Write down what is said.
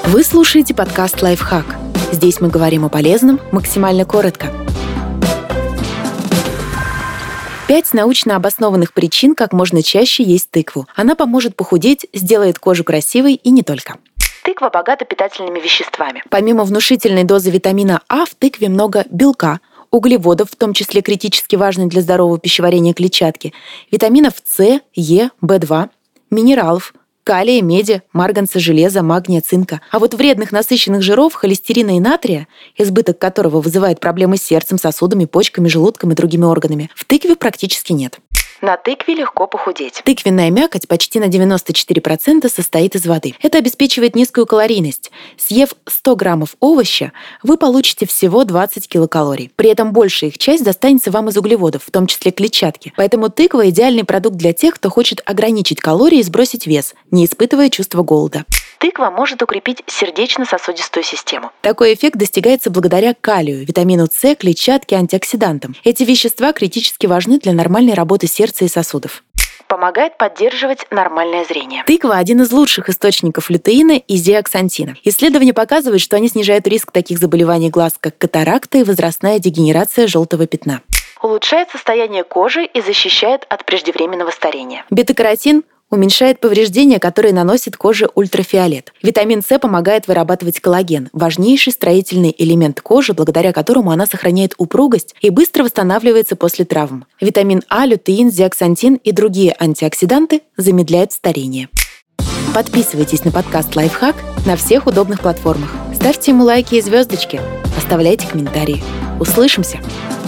Вы слушаете подкаст «Лайфхак». Здесь мы говорим о полезном максимально коротко. 5 научно обоснованных причин, как можно чаще есть тыкву. Она поможет похудеть, сделает кожу красивой и не только. Тыква богата питательными веществами. Помимо внушительной дозы витамина А, в тыкве много белка, углеводов, в том числе критически важной для здорового пищеварения клетчатки, витаминов С, Е, В2, минералов, калия, меди, марганца, железа, магния, цинка. А вот вредных насыщенных жиров, холестерина и натрия, избыток которого вызывает проблемы с сердцем, сосудами, почками, желудком и другими органами, в тыкве практически нет. На тыкве легко похудеть. Тыквенная мякоть почти на 94% состоит из воды. Это обеспечивает низкую калорийность. Съев 100 граммов овоща, вы получите всего 20 килокалорий. При этом большая их часть достанется вам из углеводов, в том числе клетчатки. Поэтому тыква – идеальный продукт для тех, кто хочет ограничить калории и сбросить вес, не испытывая чувства голода. Тыква может укрепить сердечно-сосудистую систему. Такой эффект достигается благодаря калию, витамину С, клетчатке, антиоксидантам. Эти вещества критически важны для нормальной работы сердца и сосудов. Помогает поддерживать нормальное зрение. Тыква – один из лучших источников лютеина и зеаксантина. Исследования показывают, что они снижают риск таких заболеваний глаз, как катаракта и возрастная дегенерация желтого пятна. Улучшает состояние кожи и защищает от преждевременного старения. Бета-каротин уменьшает повреждения, которые наносит коже ультрафиолет. Витамин С помогает вырабатывать коллаген – важнейший строительный элемент кожи, благодаря которому она сохраняет упругость и быстро восстанавливается после травм. Витамин А, лютеин, зеаксантин и другие антиоксиданты замедляют старение. Подписывайтесь на подкаст «Лайфхак» на всех удобных платформах. Ставьте ему лайки и звездочки. Оставляйте комментарии. Услышимся!